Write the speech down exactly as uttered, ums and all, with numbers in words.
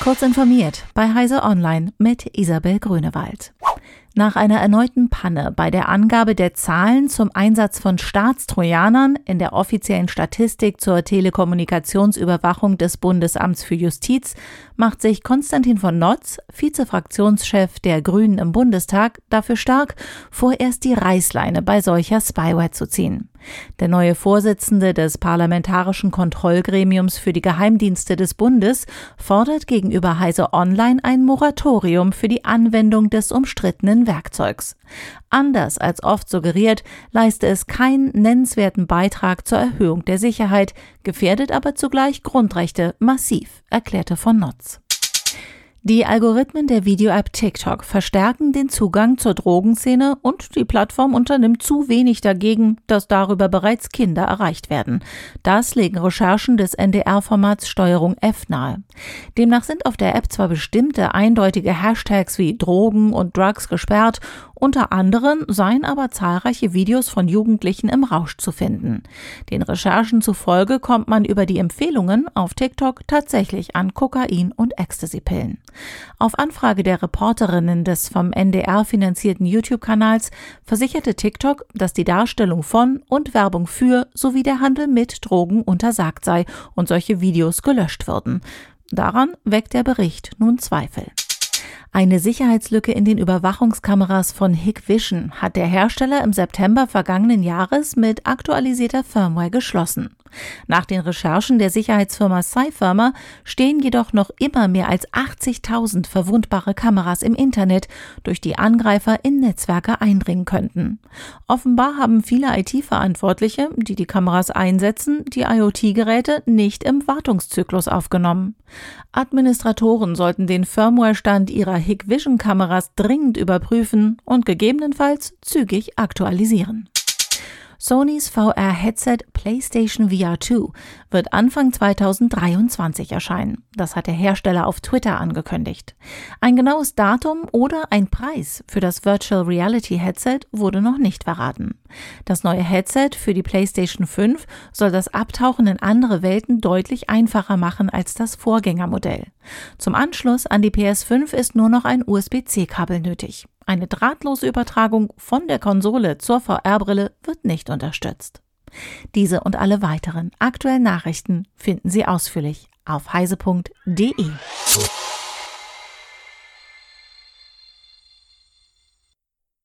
Kurz informiert bei Heise Online mit Isabel Grünewald. Nach einer erneuten Panne bei der Angabe der Zahlen zum Einsatz von Staatstrojanern in der offiziellen Statistik zur Telekommunikationsüberwachung des Bundesamts für Justiz macht sich Konstantin von Notz, Vizefraktionschef der Grünen im Bundestag, dafür stark, vorerst die Reißleine bei solcher Spyware zu ziehen. Der neue Vorsitzende des Parlamentarischen Kontrollgremiums für die Geheimdienste des Bundes fordert gegenüber Heise Online ein Moratorium für die Anwendung des umstrittenen Werkzeugs. Anders als oft suggeriert, leiste es keinen nennenswerten Beitrag zur Erhöhung der Sicherheit, gefährdet aber zugleich Grundrechte massiv, erklärte von Notz. Die Algorithmen der Video-App TikTok verstärken den Zugang zur Drogenszene und die Plattform unternimmt zu wenig dagegen, dass darüber bereits Kinder erreicht werden. Das legen Recherchen des N D R-Formats Steuerung F nahe. Demnach sind auf der App zwar bestimmte eindeutige Hashtags wie Drogen und Drugs gesperrt, unter anderem seien aber zahlreiche Videos von Jugendlichen im Rausch zu finden. Den Recherchen zufolge kommt man über die Empfehlungen auf TikTok tatsächlich an Kokain- und Ecstasy-Pillen. Auf Anfrage der Reporterinnen des vom N D R finanzierten YouTube-Kanals versicherte TikTok, dass die Darstellung von und Werbung für sowie der Handel mit Drogen untersagt sei und solche Videos gelöscht würden. Daran weckt der Bericht nun Zweifel. Eine Sicherheitslücke in den Überwachungskameras von Hikvision hat der Hersteller im September vergangenen Jahres mit aktualisierter Firmware geschlossen. Nach den Recherchen der Sicherheitsfirma Cypherma stehen jedoch noch immer mehr als achtzigtausend verwundbare Kameras im Internet, durch die Angreifer in Netzwerke eindringen könnten. Offenbar haben viele I T-Verantwortliche, die die Kameras einsetzen, die IoT-Geräte nicht im Wartungszyklus aufgenommen. Administratoren sollten den Firmware-Stand ihrer Hikvision-Kameras dringend überprüfen und gegebenenfalls zügig aktualisieren. Sonys V R-Headset PlayStation V R zwei wird Anfang zweitausenddreiundzwanzig erscheinen. Das hat der Hersteller auf Twitter angekündigt. Ein genaues Datum oder ein Preis für das Virtual Reality Headset wurde noch nicht verraten. Das neue Headset für die PlayStation fünf soll das Abtauchen in andere Welten deutlich einfacher machen als das Vorgängermodell. Zum Anschluss an die P S fünf ist nur noch ein U S B C Kabel nötig. Eine drahtlose Übertragung von der Konsole zur V R-Brille wird nicht unterstützt. Diese und alle weiteren aktuellen Nachrichten finden Sie ausführlich auf heise punkt de.